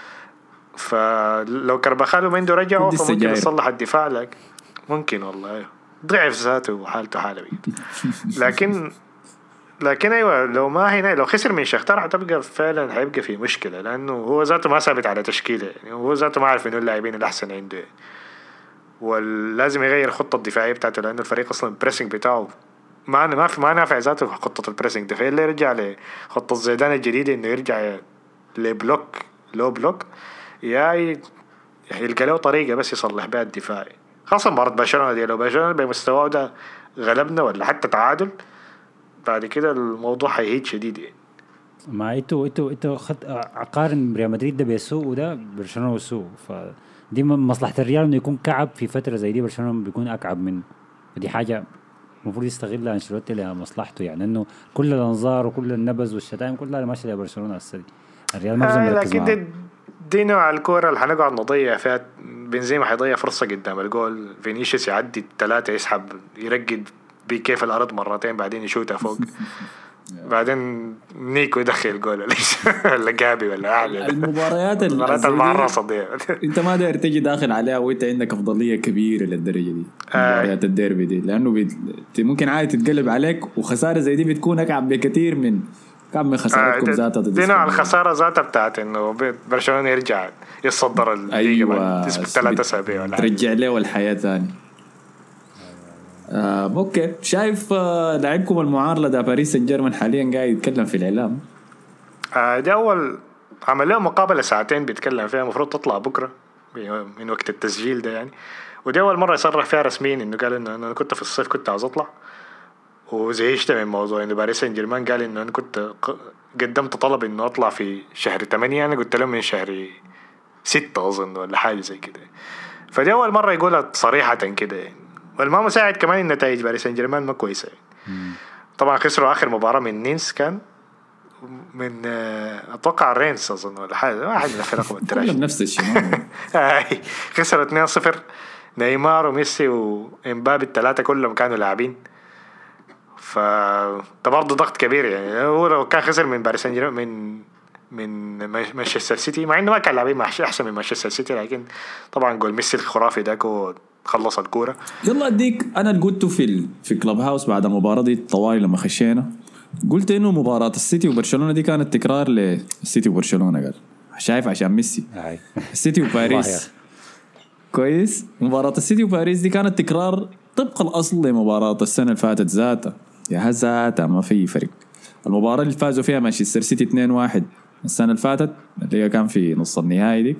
فلو كربخال ومندي رجعوا فممكن يصلح الدفاع، لك ممكن والله ضعف ذاته وحالته حاله بيد. لكن لكن ايوه لو ما هنا لو خسر من شختار حتبقى فعلا حيبقى في مشكله، لانه هو ذاته ما ثابت على تشكيله يعني، هو ذاته ما عارف انه اللاعبين الاحسن عنده يعني. ولازم يغير الخطة الدفاعية بتاعته، لأنه الفريق أصلا البريسنج بتاعه ما ما في ما نافع ذاته خطة البريسنج ده. فاللي يرجع لخطة زيدان الجديدة إنه يرجع لبلوك لو بلوك يا يلقى له طريقة بس يصلح بها الدفاع. خاصة مباراة برشلونة دي، لو برشلونة بمستواه ده غلبنا ولا حتى تعادل بعد كده الموضوع هيهيد شديد يعني. ما انتوا انتوا انتوا خد عقارن ريال مدريد ده بيسوء وده برشلونة وسوء، فدي مصلحة الريال انه يكون كعب في فترة زي دي، برشلونة بيكون اكعب منه، فدي حاجة المفروض يستغلها انشيلوتي لمصلحته، يعني انه كل الانظار وكل النبز والشتائم كلها ماشيه لبرشلونه السنه دي. الريال ما آه مركز لكن معاه. دي, دي نوع الكوره اللي هنقعد نضيع فيها. بنزيما حيضيع فرصه قدام الجول، فينيسيوس يعدي الثلاثه يسحب يرقد بكيف الارض مرتين بعدين يشوتها فوق بعدين نيكو يدخل جول ولا جابي ولا اعلى المباريات المباريات المعرصه دي انت ما داير تجي داخل عليها وانت عندك افضليه كبيره للدرجه دي. مباريات الديربي دي لانه بي... ممكن عادي تتقلب عليك، وخساره زي دي بتكون اكعب بكثير من كم من خسارتكم آه ذاتها. دي نوع الخساره ذاتها بتاعت انه برشلونه يرجع يتصدر الليغا أيوة ثلاثة اسابيع ولا ترجع له الحياه ثاني. آه اوكي شايف آه لعبكم المعارضه ده باريس سان جيرمان حاليا قاعد يتكلم في الاعلام. آه دي اول عمل له مقابله ساعتين بيتكلم فيها، المفروض تطلع بكره من وقت التسجيل ده يعني. ودي اول مره يصرح فيها رسميا انه قال انه انا كنت في الصيف كنت عاوز اطلع وزهقت من الموضوع انه باريس سان جيرمان. قال انه انا كنت قدمت طلب انه اطلع في شهر ثمانية، انا قلت لهم من شهر ستة اظن ولا حاجه زي كده. فدي اول مره يقولها صريحه كده يعني. والما مساعد كمان النتائج باريس سان جيرمان ما كويسه يعني. طبعا خسروا اخر مباراه من نينس، كان من اتوقع رينس اظن ولا حاجه واحد من الفرق التراش نفس الشيء. خسروا اثنين صفر. نيمار وميسي وامبابي الثلاثه كلهم كانوا لاعبين، فده برضه ضغط كبير يعني. هو لو كان خسر من باريس سان جيرمان من من مانشستر سيتي، مع انه ما كان لاعبين احسن من مانشستر سيتي، لكن طبعا جول ميسي الخرافي داكو خلص الكوره. يلا اديك انا اللي قلته في ال... في كلوب هاوس بعد المباراه دي طوالي لما خشينا، قلت انه مباراه السيتي وبرشلونه دي كانت تكرار للسيتي وبرشلونه. قال شايف عشان ميسي السيتي وباريس كويس. مباراه السيتي وباريس دي كانت تكرار طبق الاصل لمباراه السنه اللي فاتت ذاتها يا هزاتها، ما في فرق. المباراه اللي فازوا فيها مانشستر سيتي اثنين واحد السنه اللي فاتت اللي كان في نص النهائي ديك،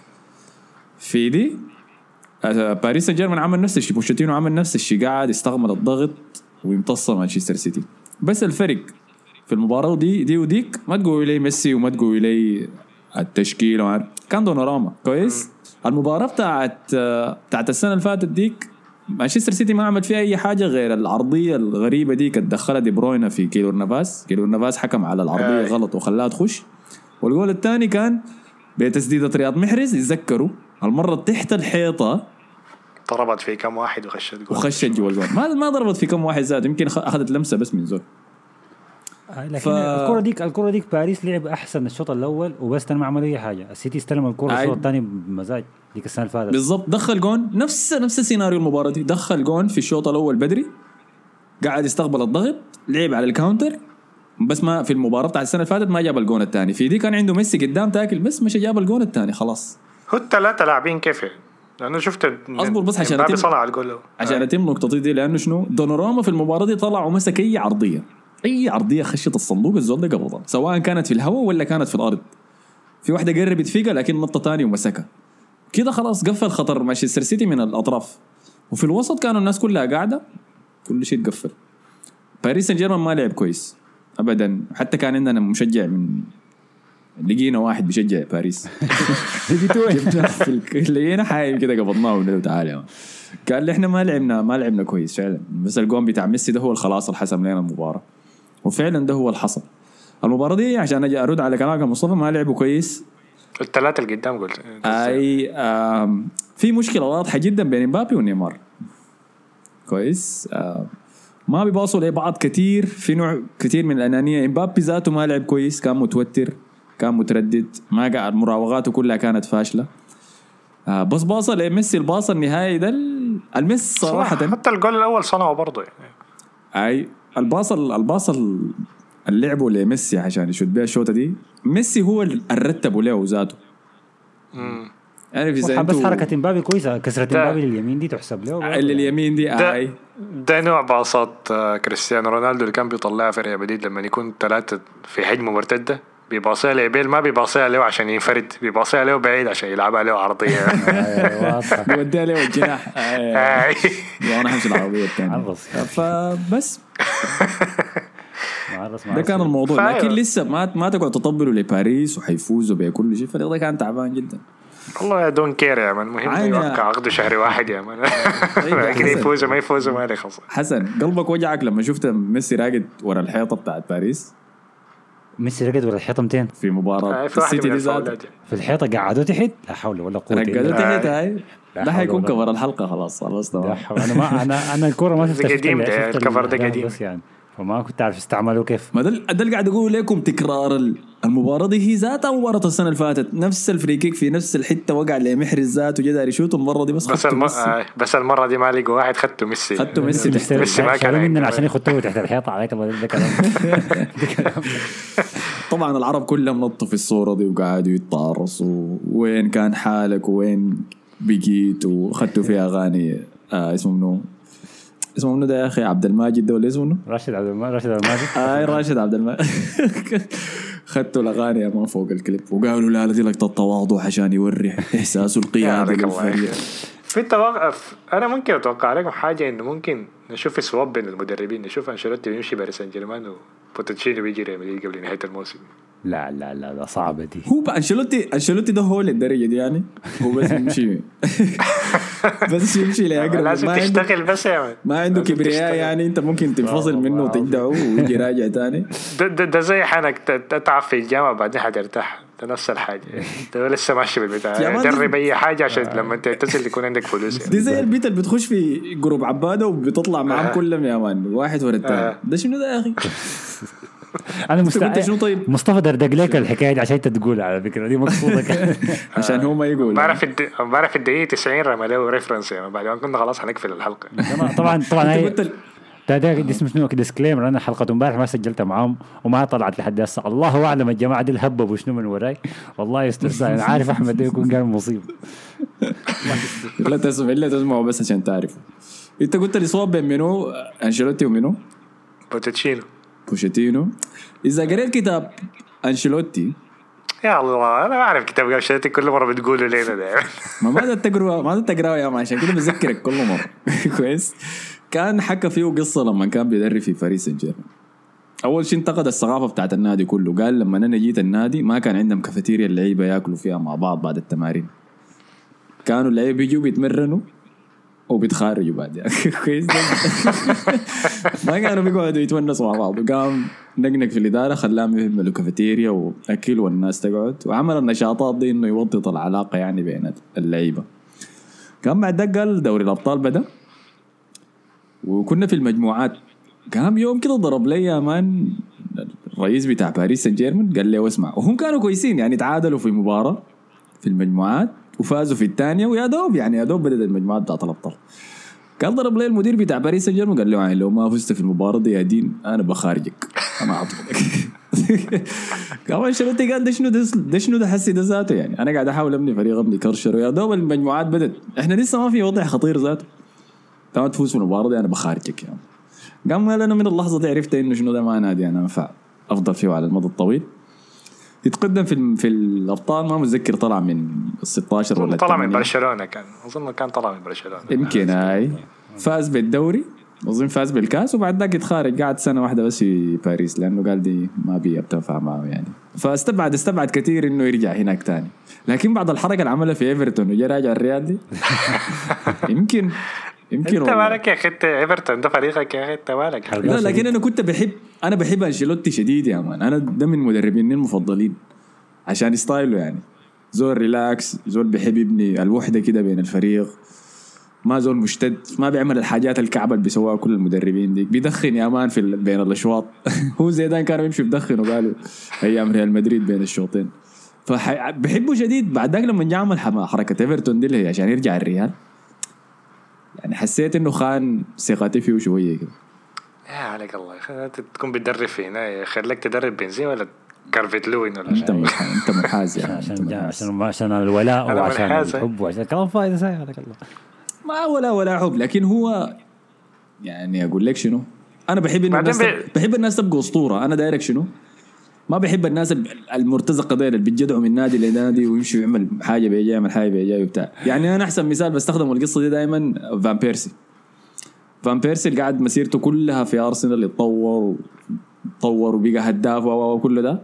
في دي باريس سان جيرمان عمل نفس الشيء، بوشيتينو عمل نفس الشيء، قاعد يستغمل الضغط ويمتص مانشستر سيتي. بس الفرق في المباراه دي دي وديك ما تقول لي ميسي وما تقول لي التشكيل، كان دوناراما كويس. المباراه بتاعت بتاعت السنه اللي فاتت ديك مانشستر سيتي ما عمل فيها اي حاجه غير العرضيه الغريبه دي كانت دخلها دي بروينا في كيلور نافاس. كيلور نافاس حكم على العرضيه آه. غلط وخلاها تخش. والجول الثاني كان بتسديده رياض محرز، يتذكروا المره تحت الحيطه ضربت في كم واحد وخشت جول وخشت جوا الجول. ما ما ضربت في كم واحد زاد، يمكن اخذت لمسه بس من زول. لكن ف... الكره ديك الكره ديك باريس لعب احسن الشوط الاول وبس ما عمل اي حاجه. السيتي استلم الكره الشوط الثاني بمزاج ديك السنه اللي فاتت بالضبط. دخل جون نفس نفس السيناريو المباراه دي، دخل جون في الشوط الاول بدري، قاعد يستقبل الضغط، لعب على الكاونتر، بس ما في المباراه بتاع السنه اللي فاتت ما جاب الجون الثاني. في دي كان عنده ميسي قدام تاكل بس مش جاب الجون الثاني خلاص. هو الثلاثه لاعبين كيف؟ لانه شفت اصبر بس عشان اتم صنع الجول عشان اتم نقطتي دي، لانه شنو دوناراما في المباراه دي طلع ومسك اي عرضيه اي عرضيه خشت الصندوق الزول ده قبضها، سواء كانت في الهواء ولا كانت في الارض. في واحده قربت فيها لكن نطه ثانيه ومسكها كده خلاص قفل خطر مانشستر سيتي من الاطراف. وفي الوسط كانوا الناس كلها قاعده كل شيء تقفل. باريس سان جيرمان ما لعب كويس ابدا، حتى كان عندنا مشجع من لقينا واحد بيشجع باريس جبنا في لقينا حايم كده قبضناه ونقول تعالى قال لي احنا ما لعبنا ما لعبنا كويس فعلا، بس الجون بتاع ميسي ده هو الخلاص الحسم لنا المباراه، وفعلا ده هو الحصل. المباراه دي عشان اجي ارد على كلامك مصطفى ما لعبوا كويس الثلاثه اللي قدام قلت اي في مشكله واضحه جدا بين امبابي ونيمار كويس. ما بيباصوا لبعض كتير، في نوع كتير من الانانيه. امبابي ذاته ما لعب كويس، كان متوتر كان متردد، ما قاعد مراوغاته كلها كانت فاشله. آه بس باصه لميسي الباصه النهائي ده المس صراحه حتى الجول الاول صنعه برضه يعني. اي الباصه الباصه اللعبه لميسي عشان يشوت بها الشوطه دي، ميسي هو اللي رتبه له ذاته. امم عارف اذا بس حركه امبابي كويسه، كسرت امبابي لليمين دي تحسب له. اللي اليمين دي اي ده نوع باصات كريستيانو رونالدو اللي كان بيطلعها في ريال مدريد لما يكون ثلاثه في هجمه مرتده بيباصيها لبيل ما بيباصيها له عشان ينفرد بيباصيها له بعيد عشان يلعبها له عرضية بوديها له الجناح وانا همشي العربية الثانية فبس ده كان الموضوع لكن لسه ما ما تقعد تطبلوا لباريس وحيفوزوا بكل شيء فريق ده كان تعبان جدا والله يا دون كير يا من مهم يوقع عقده شهر واحد يا من لكن يفوزوا ما يفوزوا ما لي خلص. حسن قلبك وجعك لما شفت ميسي راقد ورا الحيطة بتاعت باريس؟ ميسي رقد ورا الحيطة متين في مباراة السيتي دي ذات في الحيطة قعدوا تحت لا حول ولا قوة رقدوا تحت هاي ده حيكون كفر الحلقة خلاص خلاص تمام. انا ما انا انا الكورة ما شفتها قديم ده الكفر ده قديم بس يعني فما كنت عارف استعمله كيف. ما ده ده اللي قاعد اقول لكم تكرار المباراة دي هي ذاتها مباراة السنة اللي فاتت نفس الفري كيك في نفس الحتة وقع لمحرز ذات وجدار يشوت المرة دي بس بس الم... آه بس المرة دي ما لقوا واحد خدته ميسي خدته ميسي تحت ميسي ما كان مننا عشان يخطوه تحت الحيطة عليك ده كلام طبعا العرب كلهم نطوا في الصورة دي وقعدوا يتطارصوا وين كان حالك وين بقيت وخدتوا فيها أغاني آه اسمه منو اسمه منو ده يا أخي عبد الماجد ده ولا اسمه منو راشد عبد الماجد راشد عبد الماجد آه راشد عبد الماجد خدتوا الأغاني ما فوق الكليب وقالوا لا لدي لك التواضع عشان يوري إحساسه القيادة للفريق. في التوقف أنا ممكن أتوقع لكم حاجة إنه ممكن نشوف سواب بين المدربين نشوف أنشيلوتي بيمشي باريس سان جيرمان وبوتشينو بيجي ريال مدريد قبل نهاية الموسم. لا لا لا ده صعبة دي. هو أنشيلوتي أنشيلوتي ده هو للدرجة دي يعني هو بس يمشي بس يمشي لأقرب لازم تشتغل بس يا مان ما عنده كبرياء يعني أنت ممكن تنفصل منه وتجدعه ويجي راجع تاني. ده ده ده زي حنك تتعب في الجامعة بعدين حترتاح ده نفس الحاجة ده لسه ماشي بالبتاع جرب أي حاجة عشان لما تتصل يكون عندك فلوس يعني. دي زي البيت اللي بتخش في جروب عبادة وبتطلع معهم كلهم يا مان واحد ورا الثاني ده شنو ده يا أخي انا مستعد طيب؟ مصطفى دردق لك الحكايه دي عشان انت تقول على فكره دي مقصوده عشان هو ما يقول بعرف الد... بعرف الدقيقه تسعين رمى له ريفرنس يعني بعد ما كنا خلاص هنقفل الحلقه طبعا طبعا هي ده ده اسمه شنو ديسكليمر انا حلقه امبارح ما سجلتها معاهم وما طلعت لحد هسه الله اعلم الجماعه دي الهبب وشنو من وراي والله يستر انا عارف احمد ده يكون قال مصيبه لا تسمع الا تسمعوا بس عشان تعرفوا. انت قلت لي صواب بين منو انشيلوتي ومنو بوتشينو بوشيتينو. إذا قريت كتاب أنشيلوتي يا الله أنا ما أعرف كتاب أنشيلوتي كل مرة بتقوله لينا ده ما ماذا تقرأ ماذا تقرأ يا ما عشان كده بذكرك كل مرة كويس. كان حكى فيه قصة لما كان بيدرب في باريس سان جيرمان. أول شيء انتقد الثقافة بتاعت النادي كله قال لما أنا جيت النادي ما كان عندهم كافيتيريا اللعيبة يأكلوا فيها مع بعض بعد التمارين كانوا اللعيبة بيجوا بيتمرنوا وبيتخارجوا بعد يعني كويس ما كانوا بيقعدوا يتونسوا مع بعض. وقام نقنق في الإدارة خلاهم يعملوا كافيتيريا وأكل والناس تقعد وعمل النشاطات دي إنه يوطد العلاقة يعني بين اللعيبة. كان بعد ده قال دوري الأبطال بدأ وكنا في المجموعات قام يوم كده ضرب لي يا مان الرئيس بتاع باريس سان جيرمان قال لي واسمع وهم كانوا كويسين يعني تعادلوا في مباراة في المجموعات وفازوا في الثانية ويا دوب يعني يا دوب بدأت المجموعات بتاعت الأبطال. كان ضرب لي المدير بتاع باريس سان جيرمان قال له يعني لو ما فزت في المباراة دي يا دين أنا بخارجك أنا أعطيك. كمان شرطي قال ده شنو ده ده شنو ده حسي ده ذاته يعني أنا قاعد أحاول أبني فريق أبني كرشر ويا دوب المجموعات بدأت إحنا لسه ما في وضع خطير ذاته تمام تفوز في المباراة دي أنا بخارجك يعني. قام قال أنا من اللحظة دي عرفت إنه شنو ده ما نادي أنا أنفع أفضل فيه على المدى الطويل. يتقدم في في الابطال ما متذكر طلع من ستاشر ولا طلع من برشلونه كان اظن كان طلع من برشلونه يمكن هاي فاز بالدوري اظن فاز بالكاس وبعد ذاك يتخارج قعد سنه واحده بس في باريس لانه قال دي ما بي بتنفع معه يعني فاستبعد استبعد كثير انه يرجع هناك تاني. لكن بعد الحركه اللي عملها في ايفرتون وجا راجع الريال دي يمكن يمكن انت مالك يا اخي انت ايفرتون ده فريقك يا اخي انت مالك. لا لكن انا كنت بحب انا بحب انشيلوتي شديد يا مان انا ده من مدربين المفضلين عشان ستايله يعني زول ريلاكس زول بيحب يبني الوحده كده بين الفريق ما زول مشتد ما بيعمل الحاجات الكعبه اللي بيسووها كل المدربين دي بيدخن يا مان في بين الاشواط هو زيدان كان يمشي بدخن وقالوا ايام ريال مدريد بين الشوطين فبحبه شديد. بعد ذاك لما جاء عمل حركه ايفرتون دي اللي عشان يرجع الريال يعني حسيت انه خان ثقتي فيه شويه كده. يا عليك الله تكون بتدرب في هنا خليك تدرب بنزين ولا كارفيت لوين ولا انت انت منحاز يعني عشان عشان عشان الولاء وعشان الحب وعشان كلام فايده ساي عليك الله ما ولا ولا حب لكن هو يعني اقول لك شنو انا بحب الناس ب... بحب الناس تبقى اسطوره. انا دايرك شنو ما بيحب الناس المرتزقه ديل اللي بيجدعوا من نادي لنادي ويمشي يعمل حاجه بيجي يعمل حاجه بيجي وبتاع. يعني انا احسن مثال بستخدم القصه دي دائما فان بيرسي. فان بيرسي اللي قاعد مسيرته كلها في ارسنال يتطور وطور وبقى هداف وكل ده،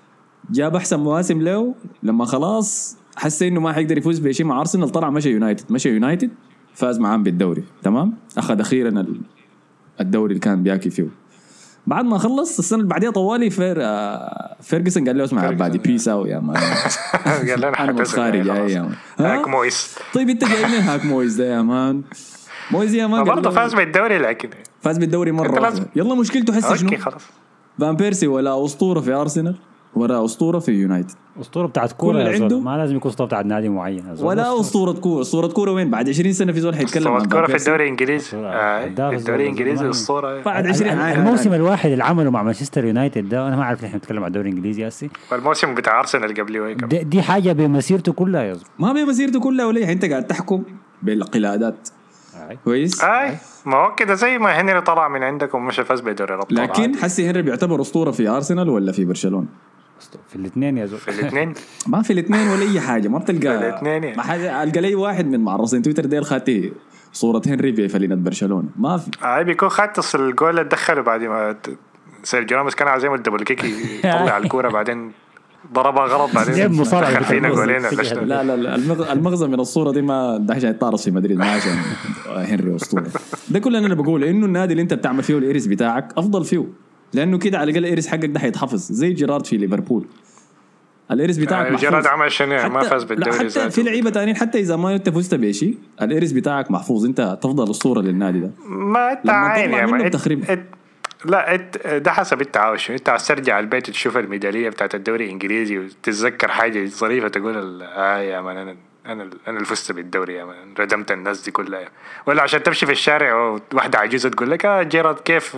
جاب احسن مواسم له لما خلاص حس انه ما حيقدر يفوز بشيء مع ارسنال، طلع مشى يونايتد. مشى يونايتد فاز معاهم بالدوري تمام، اخذ اخيرا الدوري اللي كان بياكي فيه. بعد ما خلص السنه اللي بعديها طوالي فير فيرجسون قال له اسمع يا عبادي بيس اوت يا مان قال لنا انا متخارج جاي يا مان. هاك مويس. طيب انت جاي لنا هاك مويس ده يا مان؟ مويس يا مان برضه فاز بالدوري لكن فاز بالدوري مره. يلا مشكلته حس شنو؟ خلاص فان بيرسي ولا اسطوره في ارسنال ولا اسطوره في يونايتد. اسطوره بتاعت كوره يا زول، ما لازم يكون اسطوره بتاعت نادي معين ولا اسطوره كوره. اسطوره كوره وين بعد عشرين سنه في زول حيتكلم عن كوره في الدوري الانجليزي. الدوري الانجليزي اسطوره بعد عشرين. الموسم الواحد اللي عمله مع مانشستر يونايتد ده انا ما اعرف احنا نتكلم عن الدوري الانجليزي هسه، والموسم بتاع ارسنال قبل وين دي, دي حاجه بمسيرته كلها يا زول. ما بمسيرته كلها ولا انت قاعد تحكم بالقيادات كويس. اي ما هو كده زي ما هنري طلع من عندكم مش فاز بدوري الابطال. لكن حسي هنري بيعتبر اسطوره في ارسنال ولا في برشلونه؟ في الاثنين يا زول. في الاثنين ما في الاثنين ولا اي حاجه. ما بتلقى الاثنين ما حاجه. القى لي واحد من معرضين تويتر ديل خاتي صوره هنري في فلينة برشلونه ما في. اي بيكون خاطس الجول اللي دخله بعد ما سيرجيو راموس كان عايز يعمل دبل كيك يطلع الكوره بعدين ضربها غلط بعدين دخل فينا جولين. لا لا لا المغزى من الصوره دي ما ده عشان يتعرض في مدريد، ما عشان هنري اسطوره. ده كل انا بقوله انه النادي اللي انت بتعمل فيه الايرس بتاعك افضل فيه، لانه كده على الاقل الايرس حقك ده حيتحفظ زي جيرارد في ليفربول. الايرس بتاعك محفوظ. جيرارد عمل شنو ما فاز بالدوري. حتى في لعيبه ثانيين حتى اذا ما انت فزت بشيء الايرس بتاعك محفوظ، انت تفضل الصوره للنادي ده. ما تعاين يا ما تخريب. لا ات ده حسب التعاون. انت عايز ترجع البيت تشوف الميداليه بتاعت الدوري الانجليزي وتتذكر حاجه ظريفه تقول اه يا مان انا انا انا اللي فزت بالدوري يا مان ردمت الناس دي كلها، ولا عشان تمشي في الشارع وواحده عجوزه تقول لك اه جيرارد كيف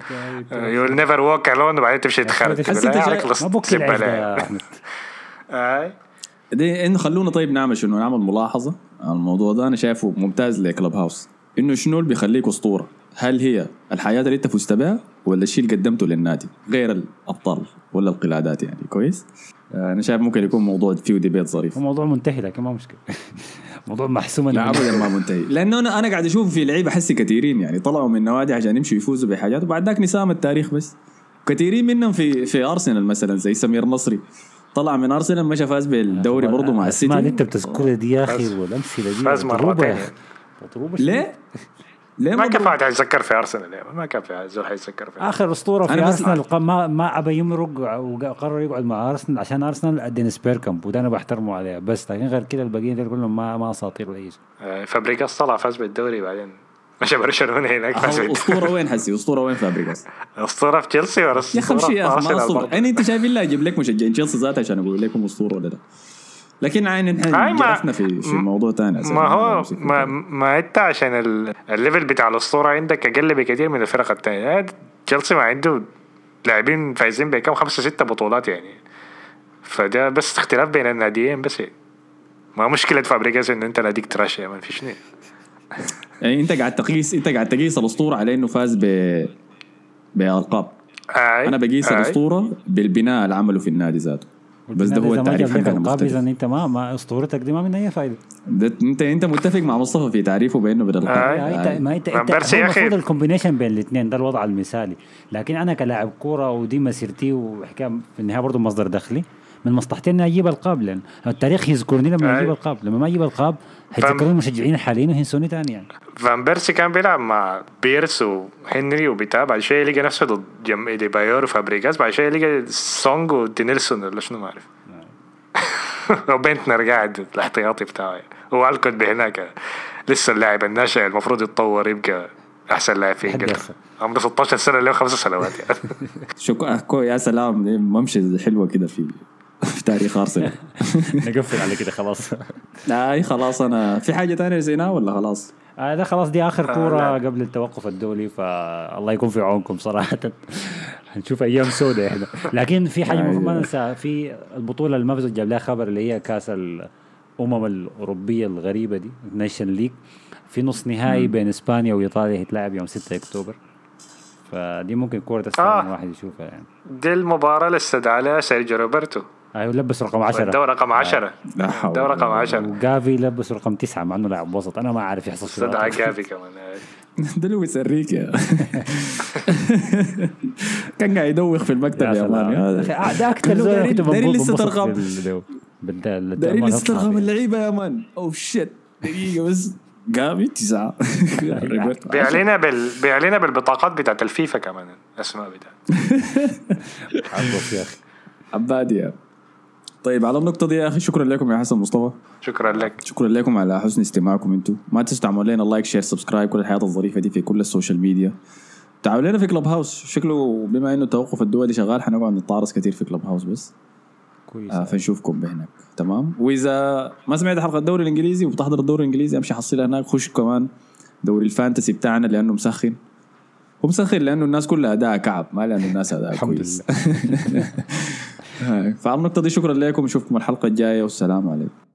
يو ويل نيفر ووك الون وبعدين تمشي تخرج ما بوكل يا احمد. اي دي انه خلونا طيب نعمل شنو، نعمل ملاحظه على الموضوع ده. انا شايفه ممتاز لكلب هاوس، انه شنو اللي بيخليك اسطوره؟ هل هي الحياه اللي انت فزت بها ولا الشيء اللي قدمته للنادي غير الابطال ولا القلادات؟ يعني كويس. انا شايف ممكن يكون موضوع فيه ديبيت ظريف. موضوع منتهي لكن ما مشكله. موضوع محسوم. لا ابدا ما منتهي، لانه انا انا قاعد اشوف في لعيبه حسي كثيرين يعني طلعوا من نوادي عشان يمشوا يفوزوا بحاجات وبعد ذاك نسام التاريخ. بس كثيرين منهم في في ارسنال مثلا زي سمير نصري طلع من ارسنال مشى فاز بالدوري برضه مع السيتي. ما انت بتذكر دي يا اخي والامثله دي فاز مرتين. ليه ليه ما كان فاعل يتذكر في ارسنال؟ ما كان في زول حيتذكر في اخر اسطوره في ارسنال ما ما ابى يمرق وقرر يقعد مع ارسنال عشان ارسنال دينيس بيركامب وده انا بحترمه عليه. بس لكن غير كده الباقيين دول كلهم ما ما اساطير ولا شيء. فابريغاس طلع فاز بالدوري بعدين مشى برشلونه هناك فاز. اسطوره وين حسي؟ اسطوره وين فابريغاس؟ اسطوره في تشيلسي ولا يا خمشي يا اخي ما اسطوره. يعني انت شايف الله يجيب لك مشجعين تشيلسي ذات عشان اقول لكم اسطوره ولا لا؟ لكن عين نحن جرفنا في في موضوع ثاني. ما هو ما ما انت عشان الليفل بتاع الاسطوره عندك اقل بكثير من الفرق الثانيه. تشيلسي ما عنده لاعبين فايزين بكم خمسة ستة بطولات يعني، فده بس اختلاف بين الناديين بس. ما مشكله فابريغاس ان انت ناديك تراش ما فيش نيه. يعني انت قاعد تقيس انت قاعد تقيس الاسطوره على انه فاز ب بالقاب. انا بقيس الاسطوره بالبناء اللي عمله في النادي ذاته. بس ده هو التعريف حقنا مختلف. اذا انت ما ما اسطورتك دي ما منها اي فايده. انت انت متفق مع مصطفى في تعريفه بانه بدل القاب. ما انت انت المفروض الكومبينيشن بين الاثنين ده الوضع المثالي. لكن انا كلاعب كوره ودي مسيرتي وحكايه في النهايه برضه مصدر دخلي من مصلحتي اني اجيب القاب، لان التاريخ يذكرني لما اجيب القاب. لما ما اجيب القاب هيتذكرون المشجعين الحاليين وهينسوني ثاني يعني. فان بيرسي كان بيلعب مع بيرس وهنري وبتاع، بعد شويه لقى نفسه ضد جم دي بايور وفابريغاس، بعد شويه لقى سونغ ودينيلسون ولا شنو ما اعرف. وبنتنر قاعد الاحتياطي بتاعه والكوت بهناك لسه اللاعب الناشئ المفروض يتطور يبقى احسن لاعب في انجلترا عمره ستة عشر سنه له خمس سنوات يعني. شكرا يا سلام ممشي حلوه كده في في تاريخ ارسنال. نقفل على كده خلاص. لا خلاص. انا في حاجه ثانيه نسيناها ولا خلاص؟ آه ده خلاص دي اخر كوره آه قبل التوقف الدولي، فالله يكون في عونكم صراحه. هنشوف ايام سوداء احنا. لكن في حاجه المفروض ما ننسى في البطوله المفزوج جاب لها خبر اللي هي كاس الامم الاوروبيه الغريبه دي نيشن ليج، في نص نهائي بين اسبانيا وايطاليا هيتلعب يوم ستة اكتوبر. فدي ممكن كورة تستاهل آه. الواحد يشوفها يعني. دي المباراة اللي استدعى لها سيرجيو روبرتو ايوه لبس رقم عشرة، الدورة رقم عشرة لا حول الدورة رقم عشرة وجافي لبس رقم تسعة مع انه لاعب وسط. انا ما عارف يحصل شو استدعى جافي كمان. ده لويس انريكي كان قاعد يدوخ في المكتب يا مان. ده اكثر زول داري كنت داري لسه بنبسط ترقم بال داري لسه ترقم اللعيبه يا مان. او شيت دقيقه بس جافي تسعة بيعلينا بال بيعلينا بالبطاقات بتاعت الفيفا كمان اسماء بتاعت عبوس يا اخي عبادي يا. طيب على النقطة دي يا أخي شكرا لكم يا حسن مصطفى. شكرا لك. شكرا لكم على حسن استماعكم. انتم ما تنسوا تعملوا لنا لايك شير سبسكرايب كل الحياة الظريفة دي في كل السوشيال ميديا. تعالوا لنا في كلوب هاوس. شكله بما انه توقف الدولي شغال حنقعد نتعرض كتير في كلوب هاوس بس كويس. آه فنشوفكم بهناك تمام. واذا ما سمعت حلقة الدوري الانجليزي وبتحضر الدوري الانجليزي امشي حصلها هناك. خش كمان دوري الفانتسي بتاعنا لانه مسخن. ومسخن لانه الناس كلها اداء كعب ما لانه الناس اداء كويس. فعلى النقطة دي شكرا لكم. نشوفكم الحلقة الجاية والسلام عليكم.